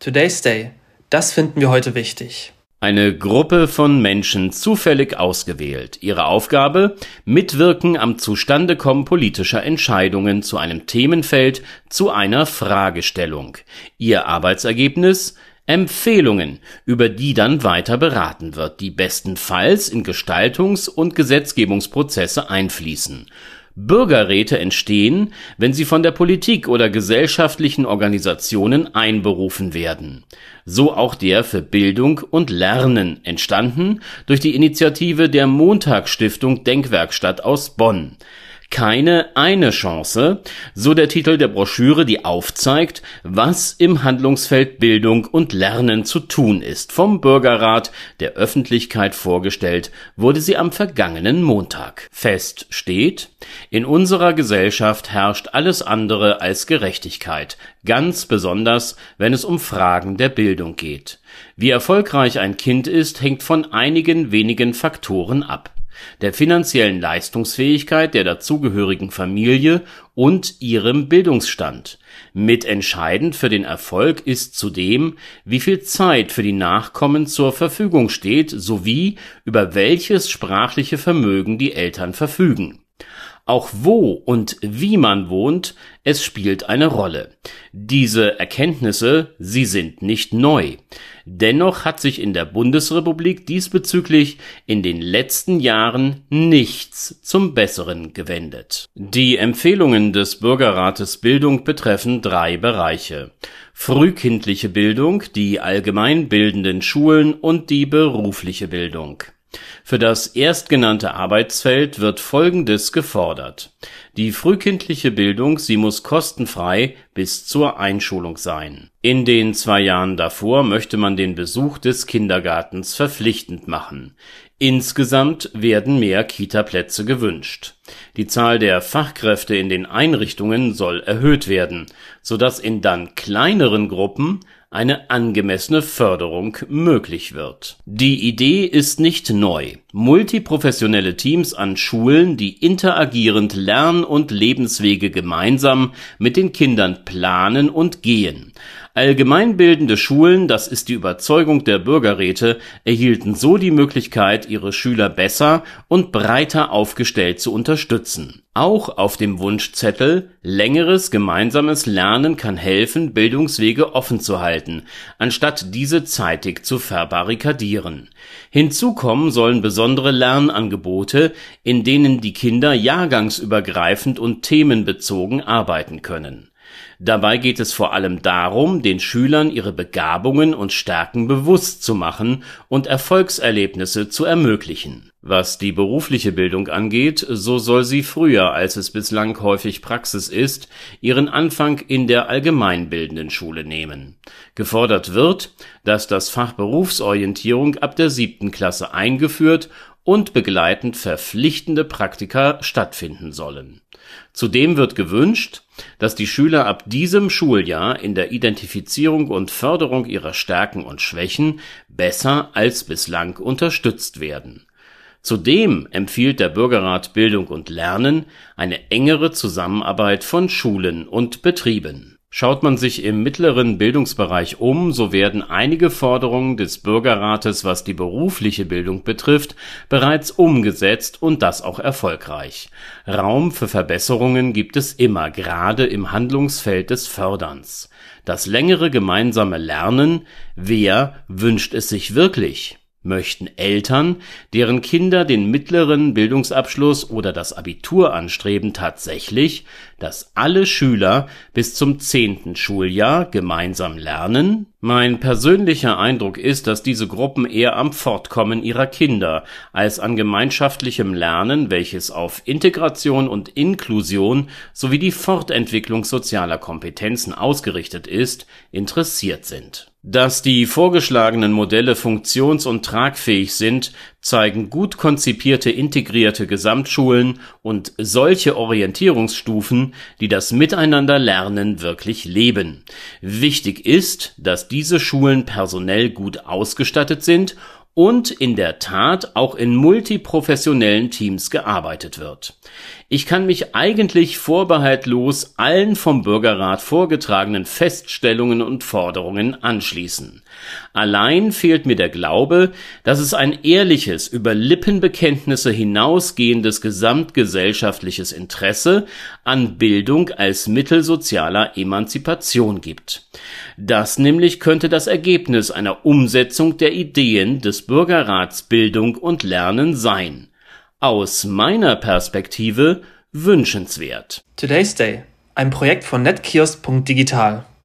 Today's Day. Das finden wir heute wichtig. Eine Gruppe von Menschen zufällig ausgewählt. Ihre Aufgabe: Mitwirken am Zustandekommen politischer Entscheidungen zu einem Themenfeld, zu einer Fragestellung. Ihr Arbeitsergebnis: Empfehlungen, über die dann weiter beraten wird, die bestenfalls in Gestaltungs- und Gesetzgebungsprozesse einfließen. Bürgerräte entstehen, wenn sie von der Politik oder gesellschaftlichen Organisationen einberufen werden. So auch der für Bildung und Lernen, entstanden durch die Initiative der Montag-Stiftung Denkwerkstatt aus Bonn. Keine eine Chance, so der Titel der Broschüre, die aufzeigt, was im Handlungsfeld Bildung und Lernen zu tun ist. Vom Bürgerrat der Öffentlichkeit vorgestellt wurde sie am vergangenen Montag. Fest steht: In unserer Gesellschaft herrscht alles andere als Gerechtigkeit, ganz besonders, wenn es um Fragen der Bildung geht. Wie erfolgreich ein Kind ist, hängt von einigen wenigen Faktoren ab: der finanziellen Leistungsfähigkeit der dazugehörigen Familie und ihrem Bildungsstand. Mitentscheidend für den Erfolg ist zudem, wie viel Zeit für die Nachkommen zur Verfügung steht, sowie über welches sprachliche Vermögen die Eltern verfügen. Auch wo und wie man wohnt, es spielt eine Rolle. Diese Erkenntnisse, sie sind nicht neu. Dennoch hat sich in der Bundesrepublik diesbezüglich in den letzten Jahren nichts zum Besseren gewendet. Die Empfehlungen des Bürgerrates Bildung betreffen 3 Bereiche: frühkindliche Bildung, die allgemeinbildenden Schulen und die berufliche Bildung. Für das erstgenannte Arbeitsfeld wird Folgendes gefordert: Die frühkindliche Bildung, sie muss kostenfrei bis zur Einschulung sein. In den 2 Jahren davor möchte man den Besuch des Kindergartens verpflichtend machen. Insgesamt werden mehr Kita-Plätze gewünscht. Die Zahl der Fachkräfte in den Einrichtungen soll erhöht werden, sodass in dann kleineren Gruppen eine angemessene Förderung möglich wird. Die Idee ist nicht neu. Multiprofessionelle Teams an Schulen, die interagierend Lern- und Lebenswege gemeinsam mit den Kindern planen und gehen. Allgemeinbildende Schulen, das ist die Überzeugung der Bürgerräte, erhielten so die Möglichkeit, ihre Schüler besser und breiter aufgestellt zu unterstützen. Auch auf dem Wunschzettel: längeres gemeinsames Lernen kann helfen, Bildungswege offen zu halten, anstatt diese zeitig zu verbarrikadieren. Hinzu kommen sollen besondere Lernangebote, in denen die Kinder jahrgangsübergreifend und themenbezogen arbeiten können. Dabei geht es vor allem darum, den Schülern ihre Begabungen und Stärken bewusst zu machen und Erfolgserlebnisse zu ermöglichen. Was die berufliche Bildung angeht, so soll sie früher, als es bislang häufig Praxis ist, ihren Anfang in der allgemeinbildenden Schule nehmen. Gefordert wird, dass das Fach Berufsorientierung ab der 7. Klasse eingeführt und begleitend verpflichtende Praktika stattfinden sollen. Zudem wird gewünscht, dass die Schüler ab diesem Schuljahr in der Identifizierung und Förderung ihrer Stärken und Schwächen besser als bislang unterstützt werden. Zudem empfiehlt der Bürgerrat Bildung und Lernen eine engere Zusammenarbeit von Schulen und Betrieben. Schaut man sich im mittleren Bildungsbereich um, so werden einige Forderungen des Bürgerrates, was die berufliche Bildung betrifft, bereits umgesetzt und das auch erfolgreich. Raum für Verbesserungen gibt es immer, gerade im Handlungsfeld des Förderns. Das längere gemeinsame Lernen, wer wünscht es sich wirklich? Möchten Eltern, deren Kinder den mittleren Bildungsabschluss oder das Abitur anstreben, tatsächlich, dass alle Schüler bis zum 10. Schuljahr gemeinsam lernen? Mein persönlicher Eindruck ist, dass diese Gruppen eher am Fortkommen ihrer Kinder als an gemeinschaftlichem Lernen, welches auf Integration und Inklusion sowie die Fortentwicklung sozialer Kompetenzen ausgerichtet ist, interessiert sind. Dass die vorgeschlagenen Modelle funktions- und tragfähig sind, zeigen gut konzipierte integrierte Gesamtschulen und solche Orientierungsstufen, die das Miteinanderlernen wirklich leben. Wichtig ist, dass diese Schulen personell gut ausgestattet sind und in der Tat auch in multiprofessionellen Teams gearbeitet wird. Ich kann mich eigentlich vorbehaltlos allen vom Bürgerrat vorgetragenen Feststellungen und Forderungen anschließen. Allein fehlt mir der Glaube, dass es ein ehrliches, über Lippenbekenntnisse hinausgehendes gesamtgesellschaftliches Interesse an Bildung als Mittel sozialer Emanzipation gibt. Das nämlich könnte das Ergebnis einer Umsetzung der Ideen des Bürgerrats Bildung und Lernen sein. Aus meiner Perspektive wünschenswert. Today's Day, ein Projekt von netkiosk.digital.